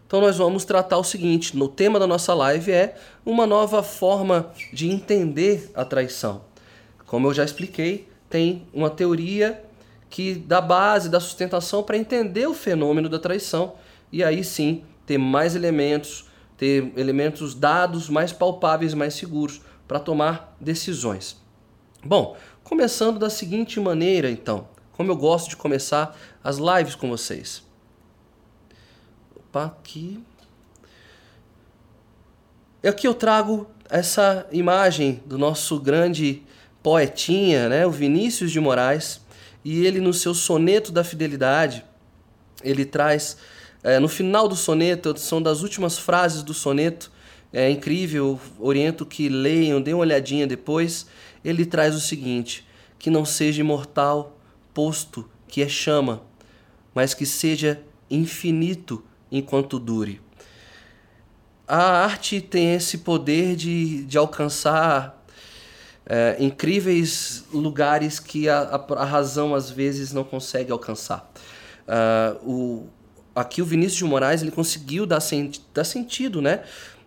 Então nós vamos tratar o seguinte, no tema da nossa live é uma nova forma de entender a traição. Como eu já expliquei, tem uma teoria que dá base, dá sustentação para entender o fenômeno da traição e aí sim ter mais elementos, ter elementos dados mais palpáveis, mais seguros para tomar decisões. Bom, começando da seguinte maneira então, como eu gosto de começar as lives com vocês. Opa, aqui eu trago essa imagem do nosso grande poetinha, né, o Vinícius de Moraes, e ele no seu soneto da fidelidade, ele traz, no final do soneto, são das últimas frases do soneto, é incrível, oriento que leiam, dêem uma olhadinha depois, ele traz o seguinte, que não seja imortal, posto que é chama, mas que seja infinito enquanto dure. A arte tem esse poder de alcançar incríveis lugares que a razão às vezes não consegue alcançar. Aqui o Vinícius de Moraes ele conseguiu dar sentido, né,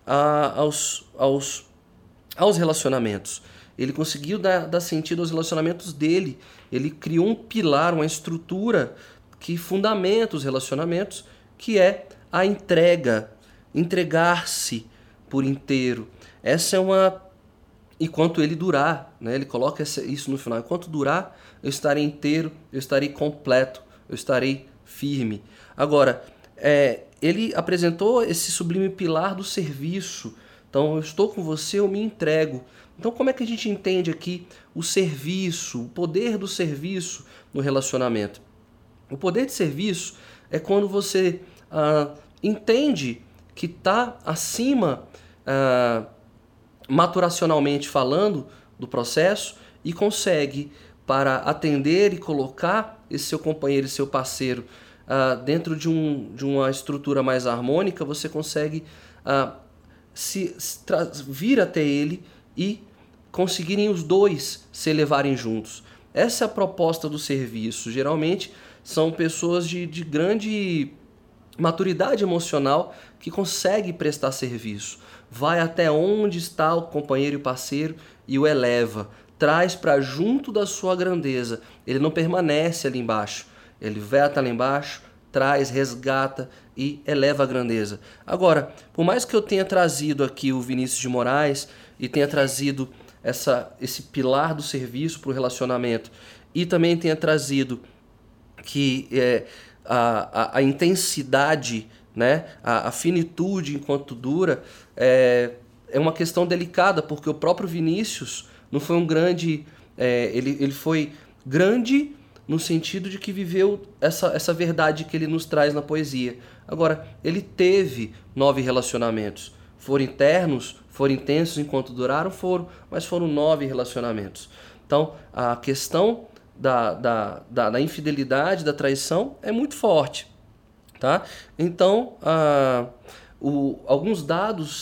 aos relacionamentos. Ele conseguiu dar sentido aos relacionamentos dele. Ele criou um pilar, uma estrutura que fundamenta os relacionamentos, que é a entregar-se por inteiro. Essa é uma... Enquanto ele durar, né? Ele coloca isso no final. Enquanto durar, eu estarei inteiro, eu estarei completo, eu estarei firme. Agora, ele apresentou esse sublime pilar do serviço. Então, eu estou com você, eu me entrego. Então, como é que a gente entende aqui o serviço, o poder do serviço no relacionamento? O poder de serviço é quando você entende que está acima, maturacionalmente falando, do processo e consegue, para atender e colocar esse seu companheiro e seu parceiro dentro de uma estrutura mais harmônica, você consegue vir até ele e conseguirem os dois se elevarem juntos. Essa é a proposta do serviço. Geralmente são pessoas de grande maturidade emocional que conseguem prestar serviço. Vai até onde está o companheiro e o parceiro e o eleva. Traz para junto da sua grandeza. Ele não permanece ali embaixo. Ele vai até lá embaixo, traz, resgata e eleva a grandeza. Agora, por mais que eu tenha trazido aqui o Vinícius de Moraes e tenha trazido esse pilar do serviço para o relacionamento e também tenha trazido que a intensidade, né, a finitude enquanto dura, é uma questão delicada, porque o próprio Vinícius não foi um grande... ele foi grande no sentido de que viveu essa verdade que ele nos traz na poesia. Agora, ele teve 9 relacionamentos. Foram internos, foram intensos enquanto duraram, mas foram 9 relacionamentos. Então, a questão da infidelidade, da traição é muito forte, tá? Então, alguns dados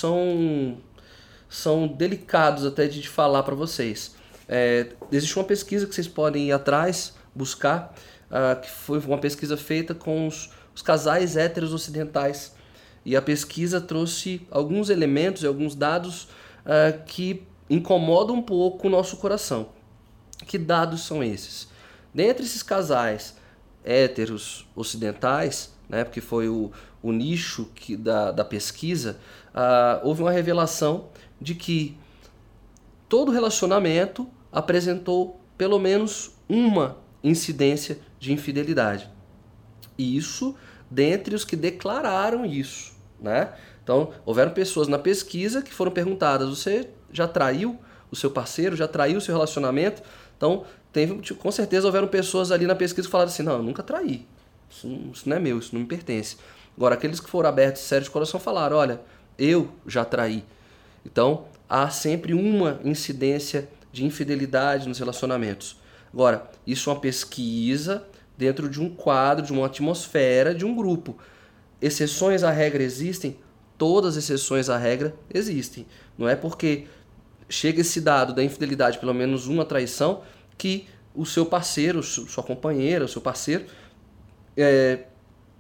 são delicados até de falar para vocês. Existe uma pesquisa que vocês podem ir atrás, buscar, que foi uma pesquisa feita com os casais héteros ocidentais. E a pesquisa trouxe alguns elementos e alguns dados que incomodam um pouco o nosso coração. Que dados são esses? Dentre esses casais héteros ocidentais, né, porque foi o nicho da pesquisa, houve uma revelação de que todo relacionamento apresentou pelo menos uma incidência de infidelidade. E isso dentre os que declararam isso, né? Então, houveram pessoas na pesquisa que foram perguntadas: você já traiu o seu parceiro? Já traiu o seu relacionamento? Então, com certeza houveram pessoas ali na pesquisa que falaram assim: não, eu nunca traí. Isso não é meu, isso não me pertence. Agora, aqueles que foram abertos, sérios de coração, falaram: olha, eu já traí. Então, há sempre uma incidência de infidelidade nos relacionamentos. Agora, isso é uma pesquisa dentro de um quadro, de uma atmosfera, de um grupo. Exceções à regra existem? Todas as exceções à regra existem. Não é porque chega esse dado da infidelidade, pelo menos uma traição, que o seu parceiro, sua companheira, o seu parceiro,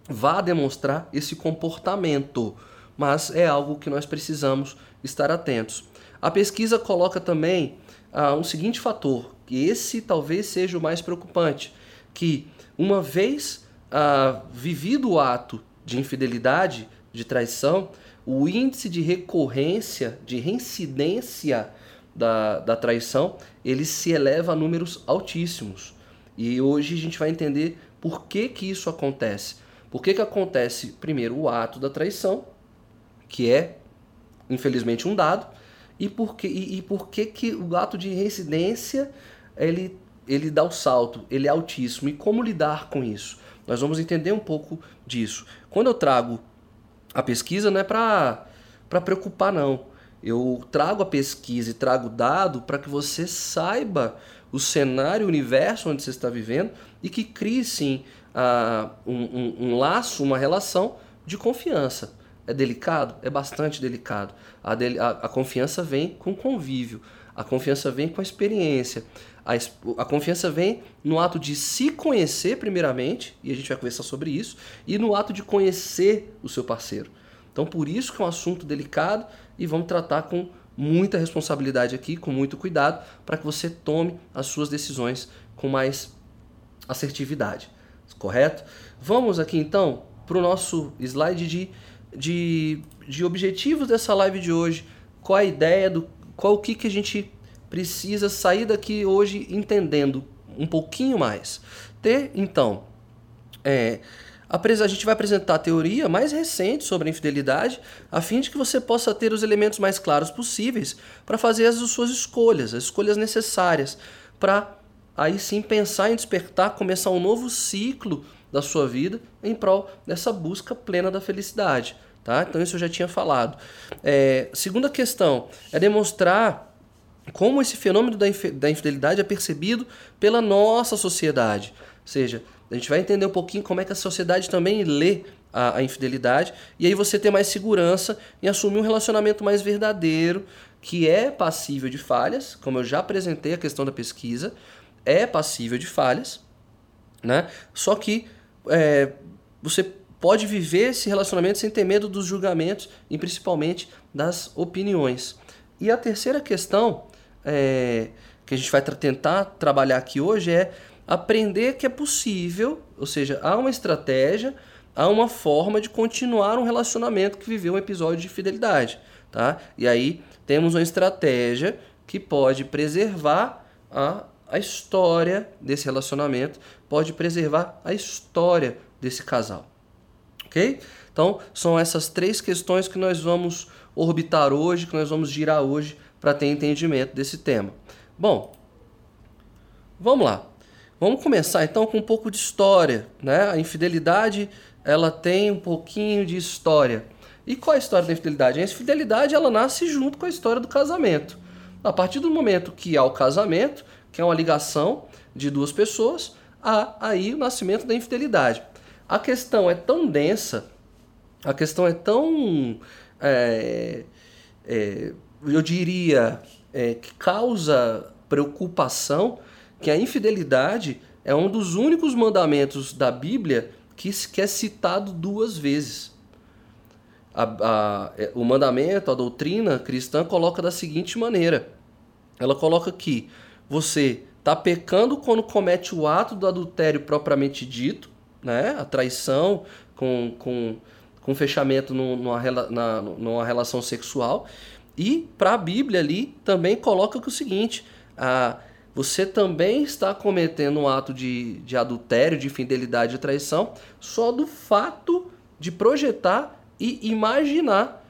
vá demonstrar esse comportamento, mas é algo que nós precisamos estar atentos. A pesquisa coloca também um seguinte fator, que esse talvez seja o mais preocupante, que uma vez vivido o ato de infidelidade, de traição, o índice de recorrência, de reincidência da traição, ele se eleva a números altíssimos. E hoje a gente vai entender por que isso acontece. Por que acontece, primeiro, o ato da traição, que é, infelizmente, um dado, e por que o ato de reincidência ele dá o salto, ele é altíssimo. E como lidar com isso? Nós vamos entender um pouco disso. Quando eu trago a pesquisa, não é para preocupar, não. Eu trago a pesquisa e trago o dado para que você saiba o cenário, o universo onde você está vivendo e que crie, sim, um laço, uma relação de confiança. É delicado? É bastante delicado. A confiança vem com convívio, a confiança vem com a experiência, a confiança vem no ato de se conhecer primeiramente, e a gente vai conversar sobre isso, e no ato de conhecer o seu parceiro. Então por isso que é um assunto delicado e vamos tratar com muita responsabilidade aqui, com muito cuidado, para que você tome as suas decisões com mais assertividade, correto? Vamos aqui então para o nosso slide de objetivos dessa live de hoje. Qual a ideia, o que a gente precisa sair daqui hoje entendendo um pouquinho mais. Então, a gente vai apresentar a teoria mais recente sobre a infidelidade, a fim de que você possa ter os elementos mais claros possíveis para fazer as suas escolhas, as escolhas necessárias, para aí sim pensar em despertar, começar um novo ciclo da sua vida em prol dessa busca plena da felicidade. Tá? Então isso eu já tinha falado. Segunda questão é demonstrar como esse fenômeno da infidelidade é percebido pela nossa sociedade. Ou seja, a gente vai entender um pouquinho como é que a sociedade também lê a infidelidade, e aí você ter mais segurança em assumir um relacionamento mais verdadeiro, que é passível de falhas, como eu já apresentei a questão da pesquisa, é passível de falhas, né? Só que você pode viver esse relacionamento sem ter medo dos julgamentos e principalmente das opiniões. E a terceira questão que a gente vai tentar trabalhar aqui hoje é aprender que é possível, ou seja, há uma estratégia, há uma forma de continuar um relacionamento que viveu um episódio de fidelidade. Tá? E aí temos uma estratégia que pode preservar a história desse relacionamento, pode preservar a história desse casal. Ok? Então, são essas três questões que nós vamos orbitar hoje, que nós vamos girar hoje para ter entendimento desse tema. Bom, vamos lá. Vamos começar então com um pouco de história, né? A infidelidade, ela tem um pouquinho de história. E qual é a história da infidelidade? A infidelidade, ela nasce junto com a história do casamento. A partir do momento que há o casamento, que é uma ligação de duas pessoas, há aí o nascimento da infidelidade. A questão é tão densa, a questão é tão, eu diria, que causa preocupação, que a infidelidade é um dos únicos mandamentos da Bíblia que é citado 2 vezes. O mandamento, a doutrina cristã coloca da seguinte maneira. Ela coloca que você está pecando quando comete o ato do adultério propriamente dito, né? A traição com fechamento numa relação sexual. E para a Bíblia ali também coloca que o seguinte, você também está cometendo um ato de adultério, de infidelidade, de traição, só do fato de projetar e imaginar,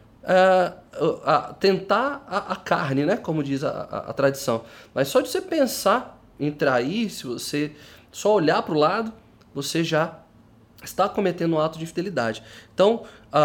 tentar a carne, né? Como diz a tradição. Mas só de você pensar em trair, se você só olhar para o lado, você já está cometendo um ato de infidelidade. Então,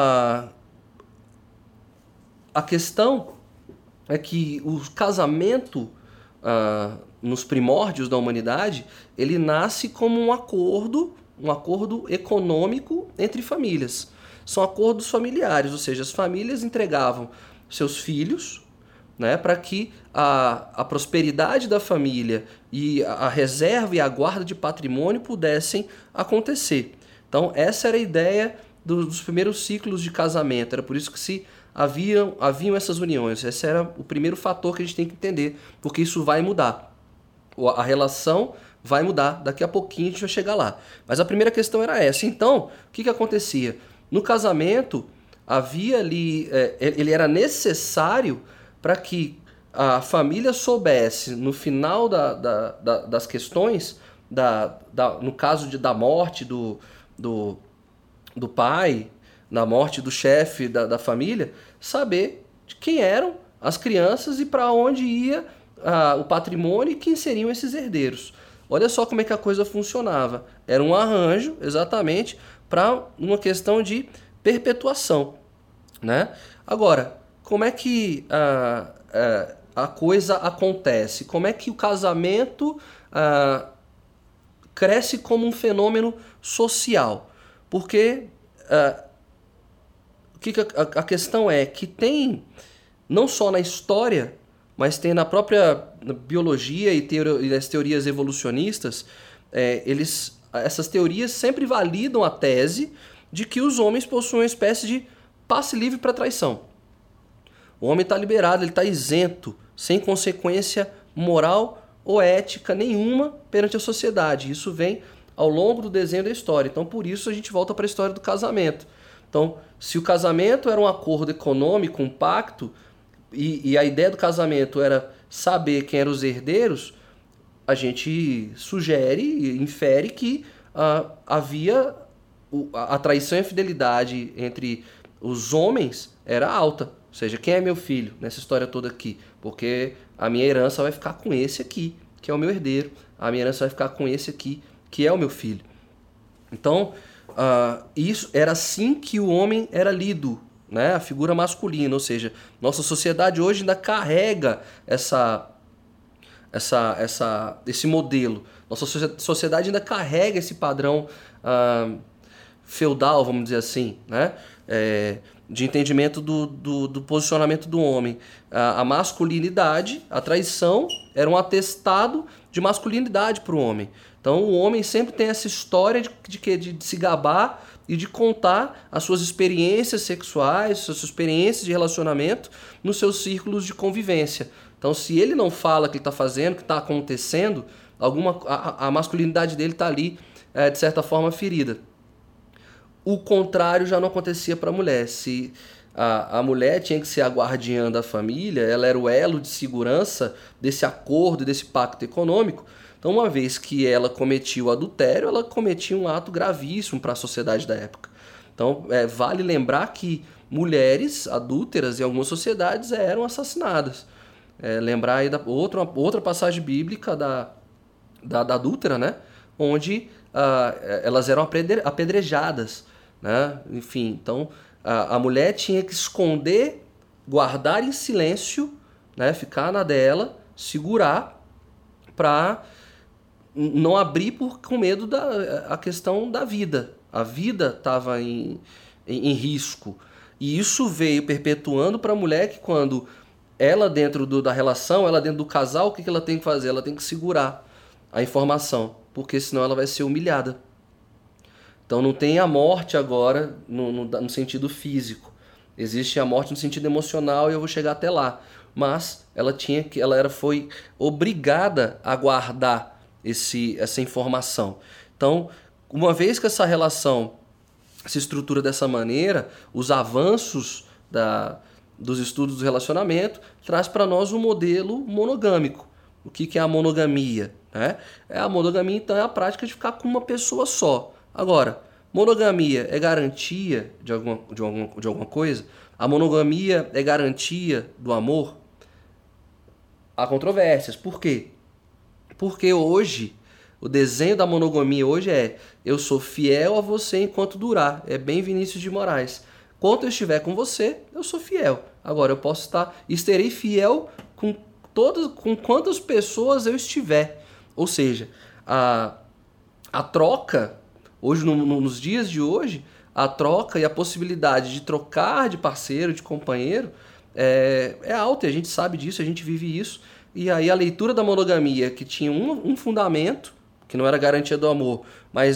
a questão é que o casamento, nos primórdios da humanidade, ele nasce como um acordo econômico entre famílias. São acordos familiares, ou seja, as famílias entregavam seus filhos, né, para que a prosperidade da família e a reserva e a guarda de patrimônio pudessem acontecer. Então essa era a ideia dos primeiros ciclos de casamento, era por isso que haviam essas uniões. Esse era o primeiro fator que a gente tem que entender, porque isso vai mudar. A relação vai mudar, daqui a pouquinho a gente vai chegar lá. Mas a primeira questão era essa. Então, o que acontecia? No casamento, havia ali, ele era necessário para que a família soubesse, no final das questões, no caso da morte do pai, na morte do chefe da família, saber de quem eram as crianças e para onde ia o patrimônio e quem seriam esses herdeiros. Olha só como é que a coisa funcionava. Era um arranjo, exatamente, para uma questão de perpetuação, né? Agora, como é que a coisa acontece? Como é que o casamento cresce como um fenômeno social? Porque a questão é que tem, não só na história, mas tem na própria biologia e nas teorias evolucionistas, essas teorias sempre validam a tese de que os homens possuem uma espécie de passe livre para traição. O homem está liberado, ele está isento, sem consequência moral ou ética nenhuma perante a sociedade. Isso vem ao longo do desenho da história. Então, por isso, a gente volta para a história do casamento. Então, se o casamento era um acordo econômico, um pacto, e a ideia do casamento era saber quem eram os herdeiros, a gente sugere e infere que havia a traição e a fidelidade entre os homens era alta. Ou seja, quem é meu filho nessa história toda aqui? Porque a minha herança vai ficar com esse aqui, que é o meu herdeiro. A minha herança vai ficar com esse aqui, que é o meu filho. Então, isso era assim que o homem era lido, né? A figura masculina, ou seja, nossa sociedade hoje ainda carrega esse modelo. Nossa sociedade ainda carrega esse padrão feudal, vamos dizer assim, né? De entendimento do posicionamento do homem. A masculinidade, a traição, era um atestado de masculinidade para o homem. Então o homem sempre tem essa história de se gabar e de contar as suas experiências sexuais, suas experiências de relacionamento nos seus círculos de convivência. Então, se ele não fala o que está fazendo, o que está acontecendo, a masculinidade dele está ali, de certa forma, ferida. O contrário já não acontecia para a mulher. Se a mulher tinha que ser a guardiã da família, ela era o elo de segurança desse acordo, desse pacto econômico. Então, uma vez que ela cometia o adultério, ela cometia um ato gravíssimo para a sociedade da época. Então, vale lembrar que mulheres adúlteras em algumas sociedades eram assassinadas. Lembrar aí da outra passagem bíblica da adúltera, né? Onde elas eram apedrejadas, né? Enfim, então a mulher tinha que esconder, guardar em silêncio, né? Ficar na dela, segurar para não abrir com medo a questão da vida. A vida estava em risco. E isso veio perpetuando para a mulher que quando ela dentro da relação, ela dentro do casal, o que ela tem que fazer? Ela tem que segurar a informação, porque senão ela vai ser humilhada. Então não tem a morte agora no sentido físico. Existe a morte no sentido emocional e eu vou chegar até lá. Mas ela foi obrigada a guardar essa informação. Então, uma vez que essa relação se estrutura dessa maneira, os avanços dos estudos do relacionamento traz para nós um modelo monogâmico. O que é a monogamia? Né? A monogamia, então, é a prática de ficar com uma pessoa só. Agora, monogamia é garantia de alguma coisa? A monogamia é garantia do amor? Há controvérsias. Por quê? Porque hoje, o desenho da monogamia hoje eu sou fiel a você enquanto durar. É bem Vinícius de Moraes. Enquanto eu estiver com você, eu sou fiel. Agora, eu posso estarei fiel com quantas pessoas eu estiver. Ou seja, a troca, hoje nos dias de hoje, a troca e a possibilidade de trocar de parceiro, de companheiro, é alta. E a gente sabe disso, a gente vive isso. E aí a leitura da monogamia, que tinha um fundamento, que não era garantia do amor, mas era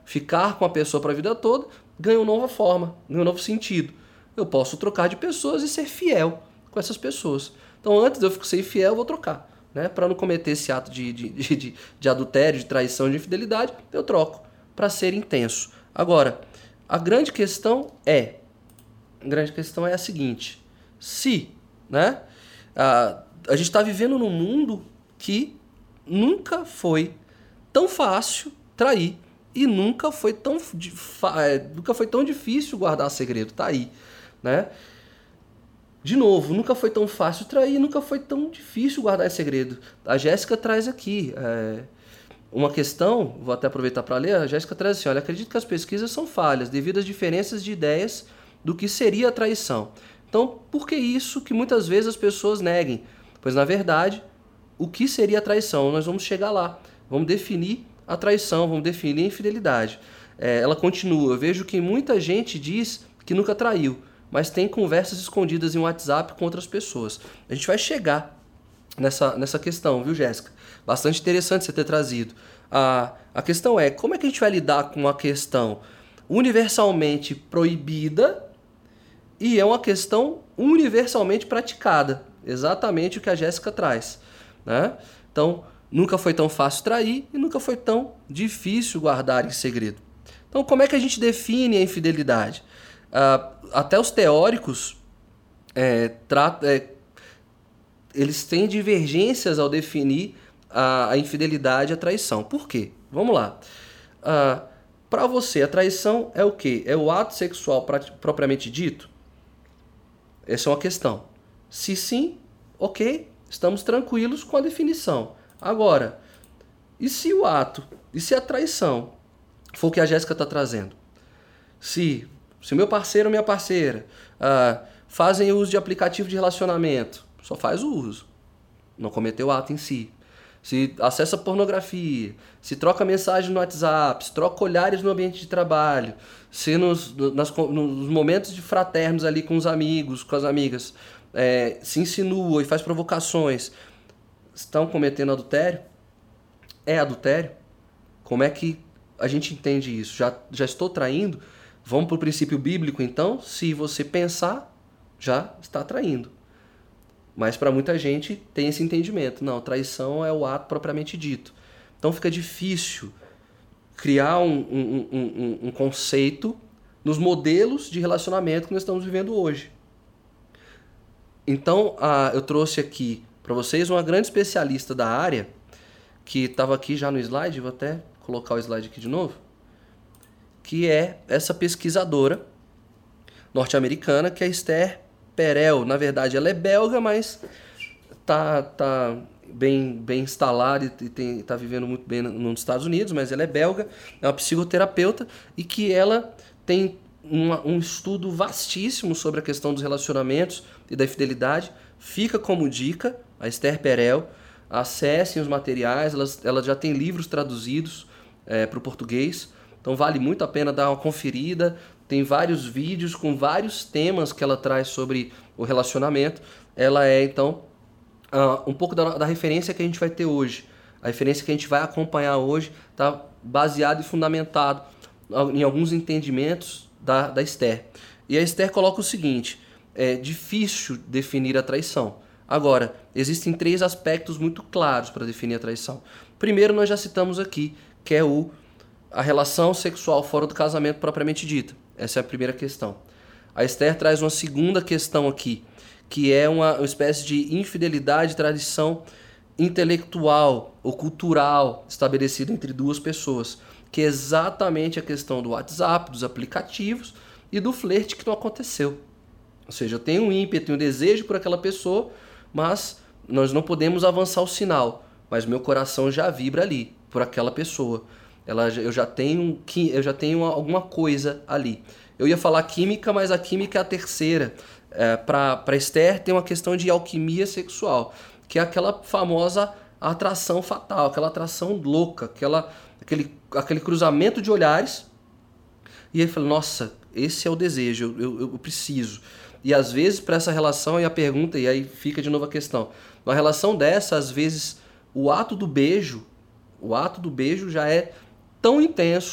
ficar com a pessoa para a vida toda, ganha uma nova forma, ganha um novo sentido. Eu posso trocar de pessoas e ser fiel com essas pessoas. Então, antes de eu ser infiel, eu vou trocar. Né? Para não cometer esse ato de adultério, de traição, de infidelidade, eu troco para ser intenso. Agora, a grande questão é a seguinte: se, né, a gente está vivendo num mundo que nunca foi tão fácil trair e nunca foi tão difícil guardar segredo, tá aí, né? De novo, nunca foi tão fácil trair, nunca foi tão difícil guardar esse segredo. A Jéssica traz aqui uma questão, vou até aproveitar para ler, a Jéssica traz assim: olha, acredito que as pesquisas são falhas devido às diferenças de ideias do que seria a traição. Então, por que isso que muitas vezes as pessoas neguem? Pois, na verdade, o que seria a traição? Nós vamos chegar lá, vamos definir a traição, vamos definir a infidelidade. Ela continua: eu vejo que muita gente diz que nunca traiu, mas tem conversas escondidas em WhatsApp com outras pessoas. A gente vai chegar nessa questão, viu, Jéssica? Bastante interessante você ter trazido. A questão é, como é que a gente vai lidar com uma questão universalmente proibida e é uma questão universalmente praticada? Exatamente o que a Jéssica traz, né? Então, nunca foi tão fácil trair e nunca foi tão difícil guardar em segredo. Então, como é que a gente define a infidelidade? Até os teóricos eles têm divergências ao definir a infidelidade e a traição. Por quê? Vamos lá. Para você, a traição é o quê? É o ato sexual propriamente dito? Essa é uma questão. Se sim, ok, estamos tranquilos com a definição. Agora, e se a traição for o que a Jéssica está trazendo? Se meu parceiro ou minha parceira fazem uso de aplicativo de relacionamento, só faz o uso, não cometeu o ato em si. Se acessa pornografia, se troca mensagem no WhatsApp, se troca olhares no ambiente de trabalho, se nos momentos de fraternos ali com os amigos, com as amigas, se insinua e faz provocações, estão cometendo adultério? É adultério? Como é que a gente entende isso? Já estou traindo? Vamos para o princípio bíblico, então? Se você pensar, já está traindo. Mas para muita gente tem esse entendimento. Não, traição é o ato propriamente dito. Então fica difícil criar um conceito nos modelos de relacionamento que nós estamos vivendo hoje. Então eu trouxe aqui para vocês uma grande especialista da área, que estava aqui já no slide, vou até colocar o slide aqui de novo, que é essa pesquisadora norte-americana, que é a Esther Perel. Na verdade, ela é belga, mas tá bem instalada e está vivendo muito bem nos Estados Unidos, mas ela é belga, é uma psicoterapeuta e que ela tem um estudo vastíssimo sobre a questão dos relacionamentos e da infidelidade. Fica como dica, a Esther Perel. Acessem os materiais, ela já tem livros traduzidos para o português, então vale muito a pena dar uma conferida. Tem vários vídeos com vários temas que ela traz sobre o relacionamento. Ela é, então, um pouco da referência que a gente vai ter hoje. A referência que a gente vai acompanhar hoje está baseado e fundamentado em alguns entendimentos da Esther. E a Esther coloca o seguinte: é difícil definir a traição. Agora, existem 3 aspectos muito claros para definir a traição. Primeiro, nós já citamos aqui, que é a relação sexual fora do casamento propriamente dita. Essa é a primeira questão. A Esther traz uma segunda questão aqui, que é uma espécie de infidelidade, tradição intelectual ou cultural estabelecida entre 2 pessoas, que é exatamente a questão do WhatsApp, dos aplicativos e do flerte que não aconteceu. Ou seja, eu tenho um ímpeto, um desejo por aquela pessoa, mas nós não podemos avançar o sinal, mas meu coração já vibra ali por aquela pessoa. Eu já tenho alguma coisa ali. Eu ia falar química, mas a química é a terceira. Para Esther tem uma questão de alquimia sexual, que é aquela famosa atração fatal, aquela atração louca, aquele cruzamento de olhares. E aí fala: nossa, esse é o desejo, eu preciso. E às vezes para essa relação, e a pergunta, e aí fica de novo a questão, uma relação dessa, às vezes o ato do beijo já é tão intenso,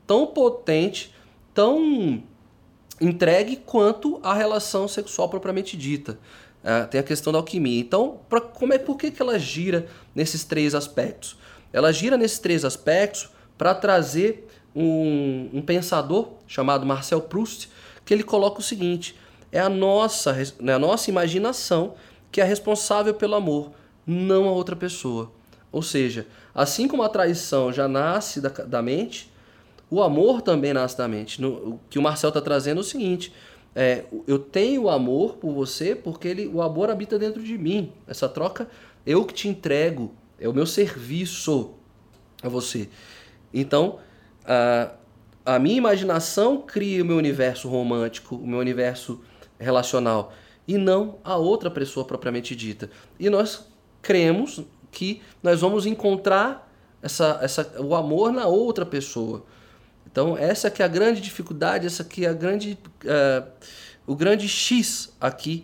tão potente, tão entregue quanto a relação sexual propriamente dita. Tem a questão da alquimia. Então, por que ela gira nesses 3 aspectos? Ela gira nesses 3 aspectos para trazer um pensador chamado Marcel Proust, que ele coloca o seguinte: é a nossa imaginação que é responsável pelo amor, não a outra pessoa. Ou seja, assim como a traição já nasce da mente, o amor também nasce da mente. O que o Marcel está trazendo é o seguinte: eu tenho amor por você porque o amor habita dentro de mim. Essa troca, eu que te entrego, é o meu serviço a você. Então, a minha imaginação cria o meu universo romântico, o meu universo relacional, e não a outra pessoa propriamente dita. E nós cremos que nós vamos encontrar o amor na outra pessoa. Então, essa que é a grande dificuldade, essa que é o grande X aqui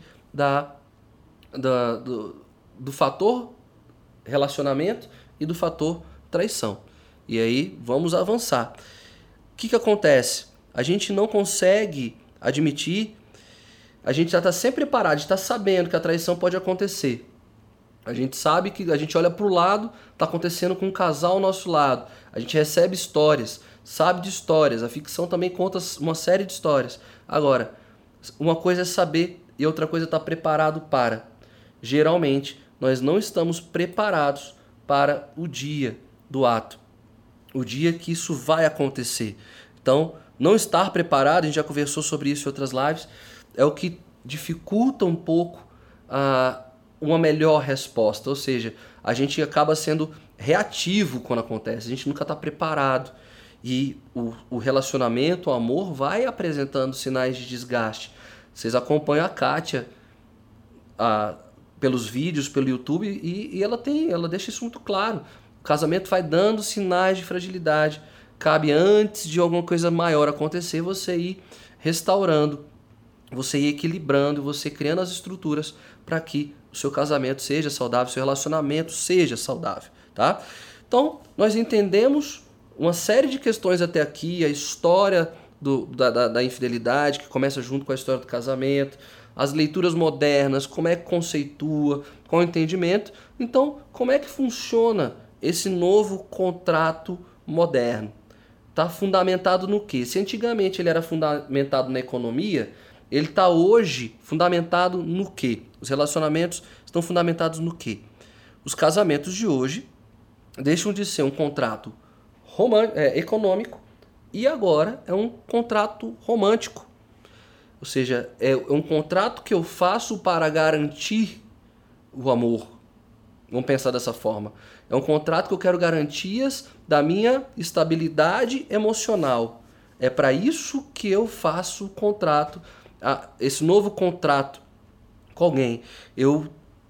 do fator relacionamento e do fator traição. E aí, vamos avançar. O que acontece? A gente não consegue admitir, a gente já está sempre preparado, a gente está sabendo que a traição pode acontecer. A gente sabe que a gente olha para o lado, está acontecendo com um casal ao nosso lado. A gente recebe histórias, sabe de histórias. A ficção também conta uma série de histórias. Agora, uma coisa é saber e outra coisa é estar preparado para. Geralmente, nós não estamos preparados para o dia do ato. O dia que isso vai acontecer. Então, não estar preparado, a gente já conversou sobre isso em outras lives, é o que dificulta um pouco uma melhor resposta. Ou seja, a gente acaba sendo reativo quando acontece, a gente nunca está preparado. E o relacionamento, o amor, vai apresentando sinais de desgaste. Vocês acompanham a Kátia pelos vídeos, pelo YouTube, e ela deixa isso muito claro. O casamento vai dando sinais de fragilidade. Cabe, antes de alguma coisa maior acontecer, você ir restaurando, você ir equilibrando, você criando as estruturas para que o seu casamento seja saudável, o seu relacionamento seja saudável, tá? Então, nós entendemos uma série de questões até aqui, a história da infidelidade, que começa junto com a história do casamento, as leituras modernas, como é que conceitua, qual é o entendimento. Então, como é que funciona esse novo contrato moderno? Está fundamentado no quê? Se antigamente ele era fundamentado na economia, ele está hoje fundamentado no quê? Os relacionamentos estão fundamentados no quê? Os casamentos de hoje deixam de ser um contrato econômico e agora é um contrato romântico. Ou seja, é um contrato que eu faço para garantir o amor. Vamos pensar dessa forma. É um contrato que eu quero garantias da minha estabilidade emocional. É para isso que eu faço o contrato, esse novo contrato com alguém. Eu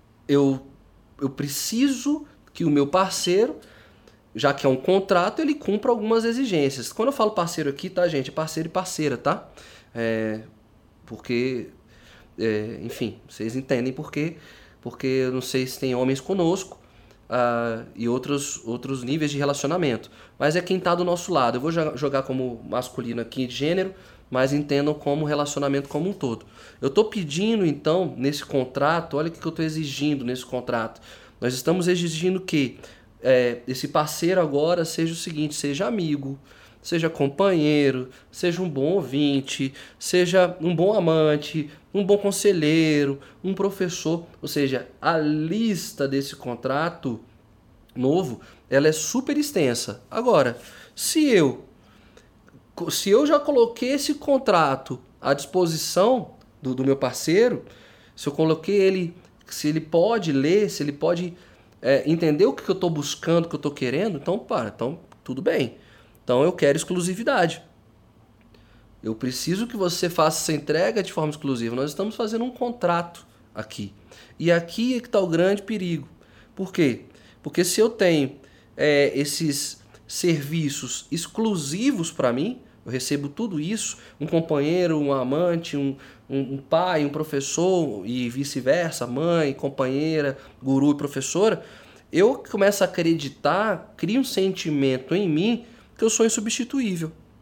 preciso que o meu parceiro, já que é um contrato, ele cumpra algumas exigências. Quando eu falo parceiro aqui, tá, gente? É parceiro e parceira, tá? Porque, enfim, vocês entendem porque eu não sei se tem homens conosco e outros níveis de relacionamento. Mas é quem está do nosso lado. Eu vou jogar como masculino aqui de gênero, mas entendam como relacionamento como um todo. Eu estou pedindo, então, nesse contrato, olha o que eu estou exigindo nesse contrato. Nós estamos exigindo que esse parceiro agora seja o seguinte: seja amigo, seja companheiro, seja um bom ouvinte, seja um bom amante, um bom conselheiro, um professor. Ou seja, a lista desse contrato novo, ela é super extensa. Agora, se eu já coloquei esse contrato à disposição do meu parceiro, se eu coloquei ele, se ele pode ler, se ele pode entender o que eu estou buscando, o que eu estou querendo, então tudo bem. Então eu quero exclusividade. Eu preciso que você faça essa entrega de forma exclusiva. Nós estamos fazendo um contrato aqui. E aqui é que está o grande perigo. Por quê? Porque se eu tenho esses serviços exclusivos para mim, eu recebo tudo isso, um companheiro, um amante, um pai, um professor e vice-versa, mãe, companheira, guru e professora, eu começo a acreditar, crio um sentimento em mim que eu sou insubstituível.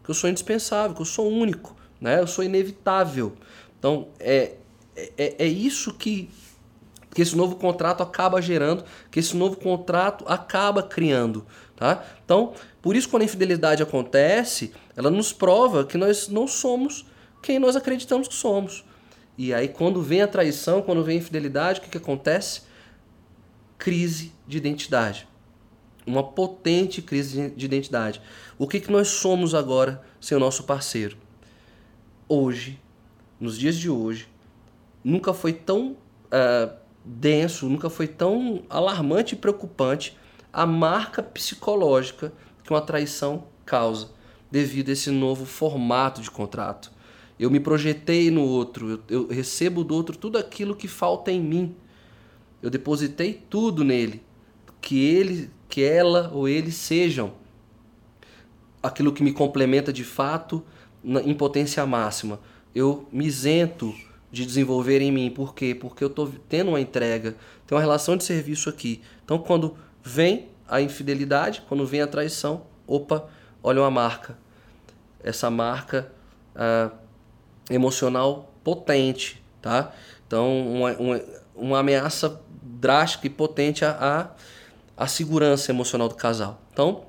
que eu sou indispensável, que eu sou único, né? Eu sou inevitável. Então, é isso que esse novo contrato acaba gerando, que esse novo contrato acaba criando, tá? Então, por isso quando a infidelidade acontece, ela nos prova que nós não somos quem nós acreditamos que somos. E aí quando vem a traição, quando vem a infidelidade, o que acontece? Crise de identidade. Uma potente crise de identidade. O que nós somos agora sem o nosso parceiro? Hoje, nos dias de hoje, nunca foi tão denso, nunca foi tão alarmante e preocupante a marca psicológica que uma traição causa devido a esse novo formato de contrato. Eu me projetei no outro, eu recebo do outro tudo aquilo que falta em mim. Eu depositei tudo nele, que ela ou ele sejam aquilo que me complementa de fato em potência máxima. Eu me isento de desenvolver em mim. Por quê? Porque eu estou tendo uma entrega, tem uma relação de serviço aqui. Então, quando vem a infidelidade, quando vem a traição, opa, olha uma marca. Essa marca emocional potente, tá? Então, uma ameaça drástica e potente à segurança emocional do casal. Então,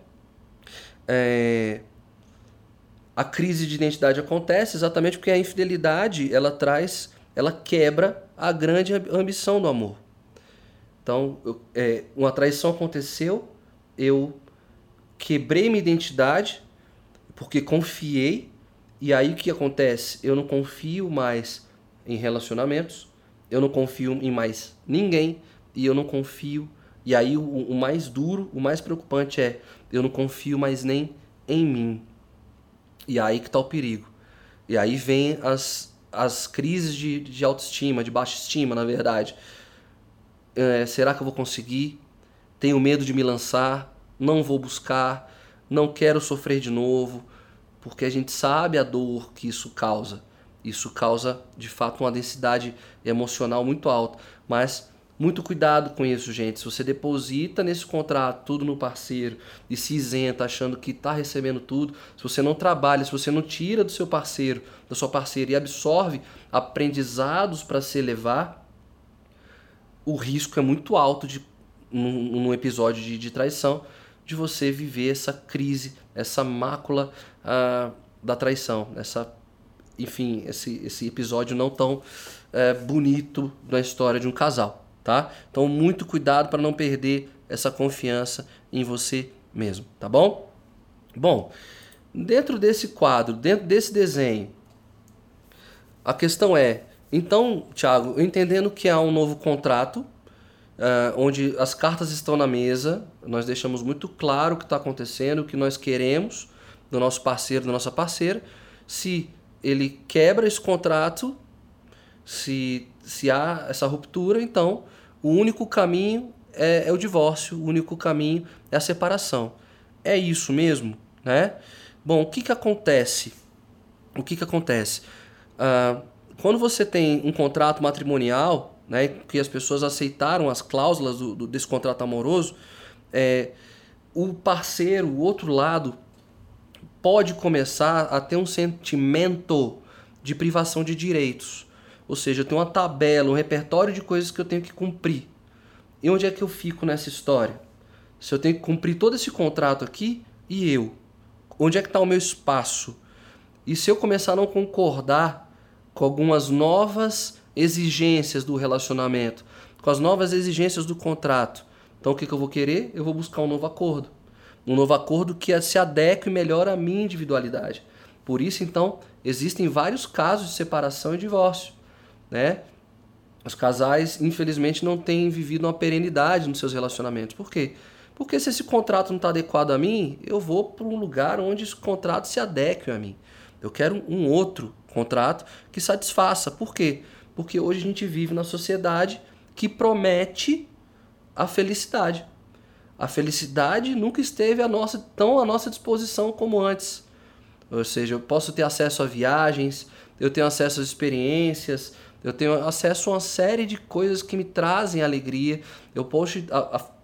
a crise de identidade acontece exatamente porque a infidelidade ela quebra a grande ambição do amor. Então, uma traição aconteceu, eu quebrei minha identidade porque confiei, e aí o que acontece? Eu não confio mais em relacionamentos, eu não confio em mais ninguém, e eu não confio. E aí o mais duro, o mais preocupante eu não confio mais nem em mim. E aí que está o perigo. E aí vem as crises de autoestima, de baixa estima, na verdade. Será que eu vou conseguir? Tenho medo de me lançar, não vou buscar, não quero sofrer de novo, porque a gente sabe a dor que isso causa. Isso causa, de fato, uma densidade emocional muito alta. Mas muito cuidado com isso, gente. Se você deposita nesse contrato tudo no parceiro e se isenta achando que está recebendo tudo, se você não trabalha, se você não tira do seu parceiro, da sua parceira e absorve aprendizados para se elevar, o risco é muito alto num episódio de traição, de você viver essa crise, essa mácula da traição, enfim, esse episódio não tão bonito da história de um casal. Tá? Então, muito cuidado para não perder essa confiança em você mesmo, tá bom? Bom, dentro desse quadro, dentro desse desenho, a questão então, Thiago, entendendo que há um novo contrato, onde as cartas estão na mesa, nós deixamos muito claro o que está acontecendo, o que nós queremos do nosso parceiro, da nossa parceira. Se ele quebra esse contrato, se há essa ruptura, então o único caminho é o divórcio, o único caminho é a separação. É isso mesmo, né? Bom, o que acontece? Quando você tem um contrato matrimonial, né, que as pessoas aceitaram as cláusulas desse contrato amoroso, o parceiro, o outro lado, pode começar a ter um sentimento de privação de direitos. Ou seja, eu tenho uma tabela, um repertório de coisas que eu tenho que cumprir. E onde é que eu fico nessa história? Se eu tenho que cumprir todo esse contrato aqui, e eu? Onde é que está o meu espaço? E se eu começar a não concordar com algumas novas exigências do relacionamento, com as novas exigências do contrato, então o que eu vou querer? Eu vou buscar um novo acordo. Um novo acordo que se adeque melhor à minha individualidade. Por isso, então, existem vários casos de separação e divórcio, né? Os casais, infelizmente, não têm vivido uma perenidade nos seus relacionamentos. Por quê? Porque se esse contrato não está adequado a mim, eu vou para um lugar onde esse contrato se adeque a mim. Eu quero um outro contrato que satisfaça. Por quê? Porque hoje a gente vive na sociedade que promete a felicidade. A felicidade nunca esteve tão à nossa disposição como antes. Ou seja, eu posso ter acesso a viagens, eu tenho acesso às experiências, eu tenho acesso a uma série de coisas que me trazem alegria. Eu posso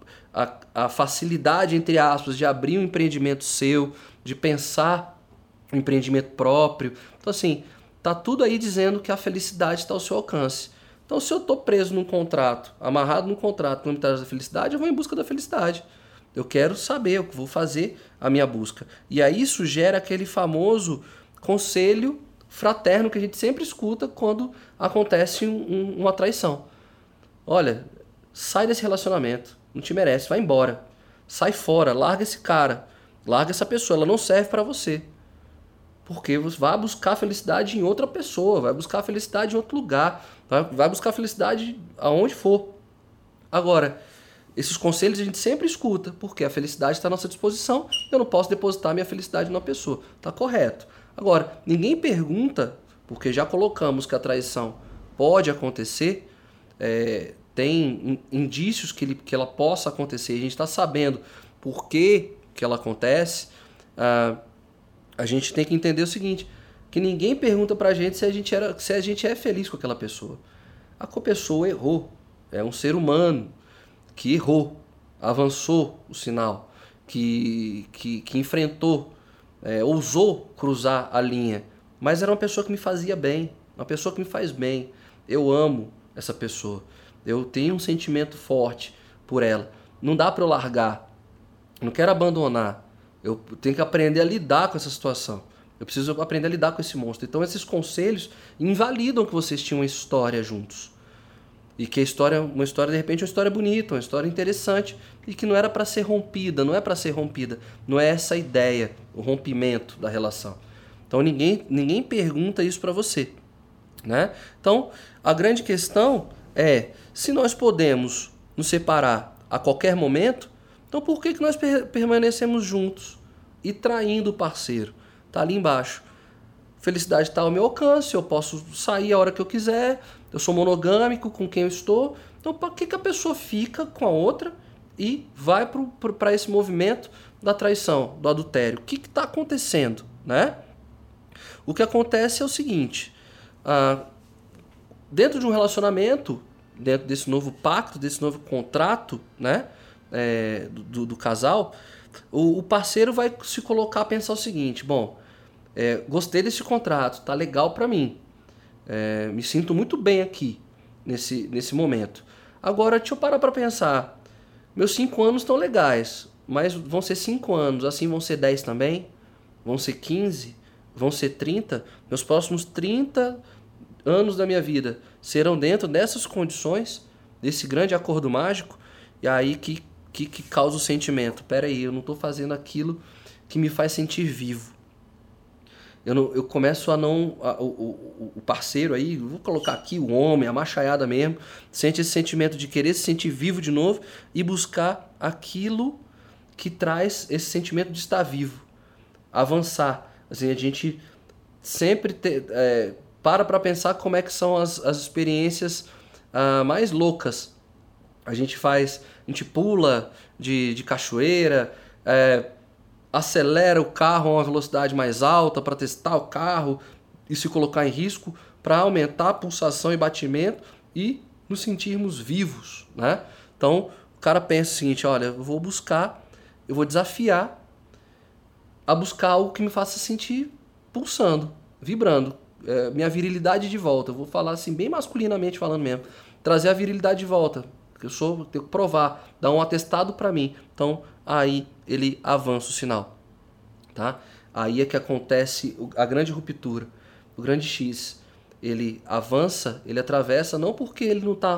a facilidade, entre aspas, de abrir um empreendimento seu, de pensar um empreendimento próprio. Então, assim, tá tudo aí dizendo que a felicidade está ao seu alcance. Então, se eu estou preso num contrato, amarrado num contrato que não me traz a felicidade, eu vou em busca da felicidade. Eu quero saber, eu vou fazer a minha busca. E aí isso gera aquele famoso conselho fraterno que a gente sempre escuta quando acontece uma traição. Olha, sai desse relacionamento, não te merece, vai embora. Sai fora, larga esse cara, larga essa pessoa, ela não serve para você. Porque você vai buscar felicidade em outra pessoa, vai buscar felicidade em outro lugar, vai buscar felicidade aonde for. Agora, esses conselhos a gente sempre escuta, porque a felicidade está à nossa disposição, eu não posso depositar minha felicidade numa pessoa. Tá correto. Agora, ninguém pergunta, porque já colocamos que a traição pode acontecer, tem indícios que ela possa acontecer, a gente está sabendo por que ela acontece. A gente tem que entender o seguinte, que ninguém pergunta pra gente se a gente é feliz com aquela pessoa. A pessoa errou, é um ser humano que errou, avançou o sinal, que enfrentou, ousou cruzar a linha, mas era uma pessoa que me fazia bem, uma pessoa que me faz bem. Eu amo essa pessoa, eu tenho um sentimento forte por ela. Não dá para eu largar, não quero abandonar. Eu tenho que aprender a lidar com essa situação. Eu preciso aprender a lidar com esse monstro. Então esses conselhos invalidam que vocês tinham uma história juntos. E que uma história de repente uma história bonita, uma história interessante e que não era para ser rompida, não é para ser rompida. Não é essa a ideia, o rompimento da relação. Então ninguém pergunta isso para você, né? Então a grande questão é, se nós podemos nos separar a qualquer momento, então por que nós permanecemos juntos e traindo o parceiro? Tá ali embaixo. Felicidade está ao meu alcance, eu posso sair a hora que eu quiser, eu sou monogâmico com quem eu estou. Então por que a pessoa fica com a outra e vai para esse movimento da traição, do adultério? O que está acontecendo, né? O que acontece é o seguinte, dentro de um relacionamento, dentro desse novo pacto, desse novo contrato, né? Do casal, o parceiro vai se colocar a pensar o seguinte, bom, gostei desse contrato, tá legal pra mim, me sinto muito bem aqui, nesse momento. Agora, deixa eu parar pra pensar, meus 5 anos estão legais, mas vão ser 5 anos, assim vão ser 10 também? Vão ser 15? Vão ser 30? Meus próximos 30 anos da minha vida serão dentro dessas condições, desse grande acordo mágico? E aí que causa o sentimento. Peraí, eu não estou fazendo aquilo que me faz sentir vivo. Eu começo a não... O parceiro aí, vou colocar aqui o homem, a machaiada mesmo, sente esse sentimento de querer se sentir vivo de novo e buscar aquilo que traz esse sentimento de estar vivo. Avançar. Assim, a gente sempre para pensar como é que são as experiências mais loucas. A gente pula de cachoeira, acelera o carro a uma velocidade mais alta para testar o carro e se colocar em risco para aumentar a pulsação e batimento e nos sentirmos vivos, né? Então o cara pensa o seguinte, olha, eu vou desafiar a buscar algo que me faça sentir pulsando, vibrando, minha virilidade de volta. Eu vou falar assim, bem masculinamente falando mesmo, trazer a virilidade de volta. Eu tenho que provar, dar um atestado para mim. Então, aí ele avança o sinal, tá? Aí é que acontece a grande ruptura, o grande X. Ele avança, ele atravessa, não porque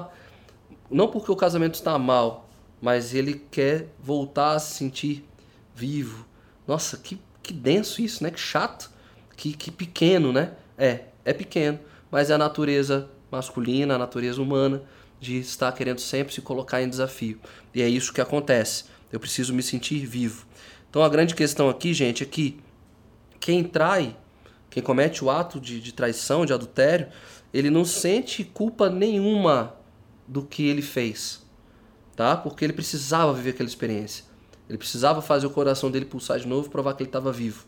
o casamento está mal, mas ele quer voltar a se sentir vivo. Nossa, que denso isso, né? Que chato, que pequeno, né? É pequeno, mas é a natureza masculina, a natureza humana, de estar querendo sempre se colocar em desafio. E é isso que acontece. Eu preciso me sentir vivo. Então a grande questão aqui, gente, é que quem trai, quem comete o ato de traição, de adultério, ele não sente culpa nenhuma do que ele fez, tá? Porque ele precisava viver aquela experiência. Ele precisava fazer o coração dele pulsar de novo, provar que ele estava vivo.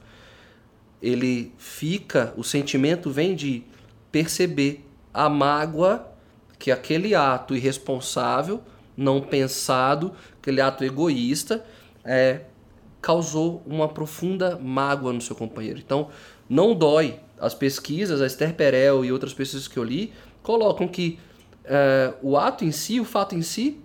O sentimento vem de perceber a mágoa que aquele ato irresponsável, não pensado, aquele ato egoísta, causou uma profunda mágoa no seu companheiro. Então, não dói. As pesquisas, a Esther Perel e outras pesquisas que eu li, colocam que o ato em si, o fato em si,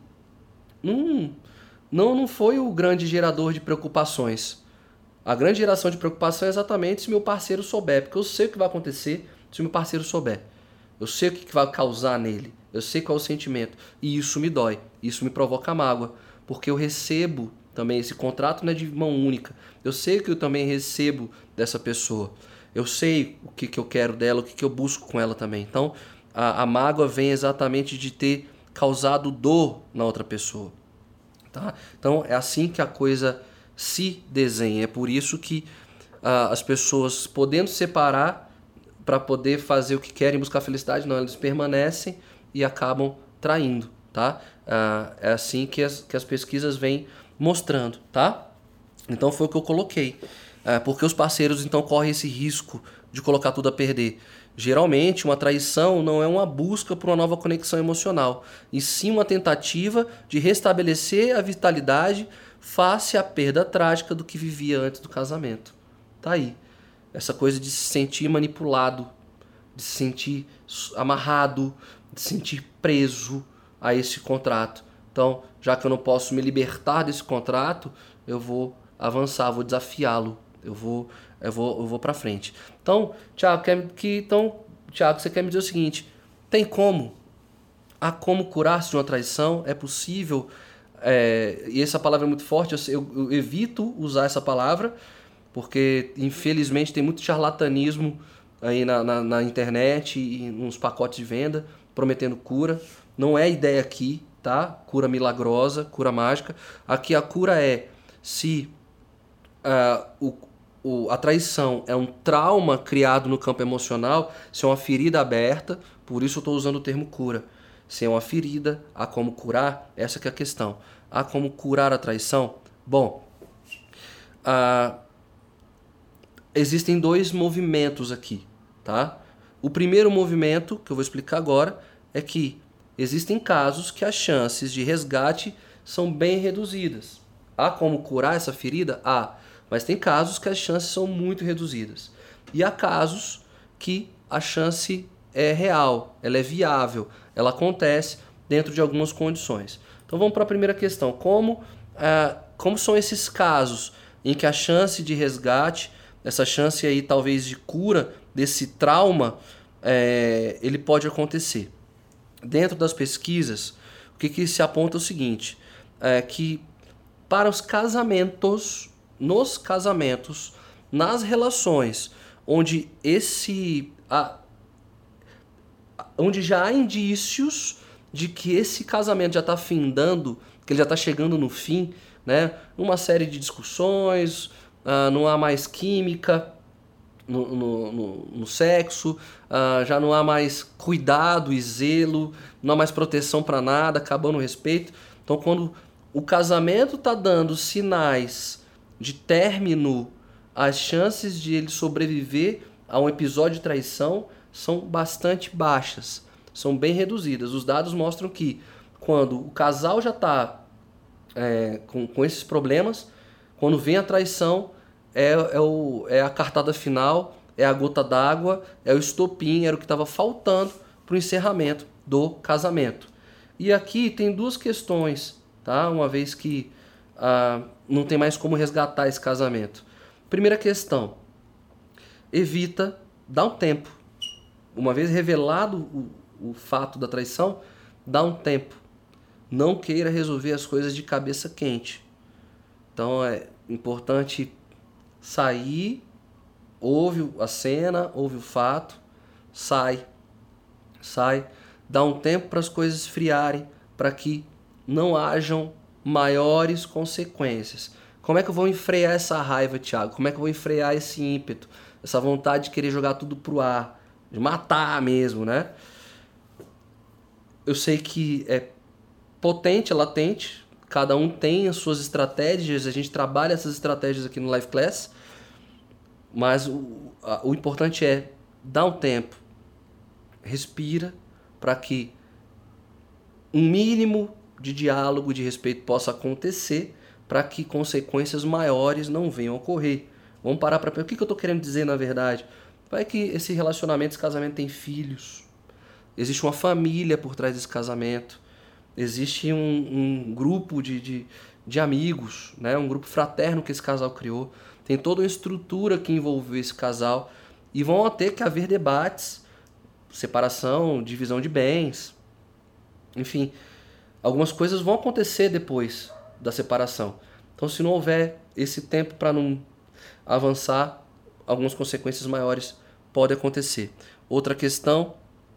não foi o grande gerador de preocupações. A grande geração de preocupação é exatamente se meu parceiro souber, porque eu sei o que vai acontecer se o meu parceiro souber. Eu sei o que vai causar nele, eu sei qual é o sentimento, e isso me dói, isso me provoca mágoa, porque eu recebo também, esse contrato não é de mão única, eu sei que eu também recebo dessa pessoa, eu sei o que eu quero dela, o que eu busco com ela também. Então, a mágoa vem exatamente de ter causado dor na outra pessoa. Tá? Então é assim que a coisa se desenha. É por isso que as pessoas, podendo separar para poder fazer o que querem, buscar felicidade, não, eles permanecem e acabam traindo. Tá? É assim que as pesquisas vêm mostrando. Tá? Então foi o que eu coloquei. Porque os parceiros então correm esse risco de colocar tudo a perder. Geralmente, uma traição não é uma busca por uma nova conexão emocional, e sim uma tentativa de restabelecer a vitalidade face à perda trágica do que vivia antes do casamento. Tá aí. Essa coisa de se sentir manipulado, de se sentir amarrado, de se sentir preso a esse contrato. Então, já que eu não posso me libertar desse contrato, eu vou avançar, vou desafiá-lo. Eu vou para frente. Então, Thiago, Thiago, você quer me dizer o seguinte: tem como? Há como curar-se de uma traição? É possível? E essa palavra é muito forte, eu evito usar essa palavra, porque infelizmente tem muito charlatanismo aí na internet e nos pacotes de venda prometendo cura. Não é ideia aqui, tá? Cura milagrosa, cura mágica. Aqui a cura é se a traição é um trauma criado no campo emocional, se é uma ferida aberta, por isso eu estou usando o termo cura. Se é uma ferida, há como curar? Essa que é a questão. Há como curar a traição? Bom, existem dois movimentos aqui, tá? O primeiro movimento, que eu vou explicar agora, é que existem casos que as chances de resgate são bem reduzidas. Há como curar essa ferida? Há. Mas tem casos que as chances são muito reduzidas. E há casos que a chance é real, ela é viável, ela acontece dentro de algumas condições. Então vamos para a primeira questão. Como são esses casos em que a chance de resgate, essa chance aí talvez de cura desse trauma, ele pode acontecer? Dentro das pesquisas, o que se aponta é o seguinte, que para os casamentos, nos casamentos, nas relações onde onde já há indícios de que esse casamento já está findando, que ele já está chegando no fim, né? Uma série de discussões, não há mais química no sexo, já não há mais cuidado e zelo, não há mais proteção para nada, acabando o respeito. Então, quando o casamento está dando sinais de término, as chances de ele sobreviver a um episódio de traição são bastante baixas, são bem reduzidas. Os dados mostram que quando o casal já está com esses problemas, quando vem a traição, é a cartada final, é a gota d'água, é o estopim, era o que estava faltando para o encerramento do casamento. E aqui tem duas questões, tá? Uma vez que não tem mais como resgatar esse casamento. Primeira questão, evita, dá um tempo. Uma vez revelado o fato da traição, dá um tempo. Não queira resolver as coisas de cabeça quente. Então é importante sair, ouve a cena, ouve o fato, sai, dá um tempo para as coisas esfriarem, para que não hajam maiores consequências. Como é que eu vou enfrear essa raiva, Thiago? Como é que eu vou enfrear esse ímpeto? Essa vontade de querer jogar tudo pro ar, de matar mesmo, né? Eu sei que é potente, é latente, cada um tem as suas estratégias, a gente trabalha essas estratégias aqui no Live Class, mas o importante é dar um tempo, respira, para que um mínimo de diálogo, de respeito possa acontecer, para que consequências maiores não venham a ocorrer. Vamos parar para pensar. O que eu estou querendo dizer na verdade? Vai que esse relacionamento, esse casamento tem filhos. Existe uma família por trás desse casamento. Existe um grupo de amigos, né? Um grupo fraterno que esse casal criou. Tem toda uma estrutura que envolveu esse casal. E vão ter que haver debates, separação, divisão de bens. Enfim, algumas coisas vão acontecer depois da separação. Então, se não houver esse tempo para não avançar, algumas consequências maiores podem acontecer. Outra questão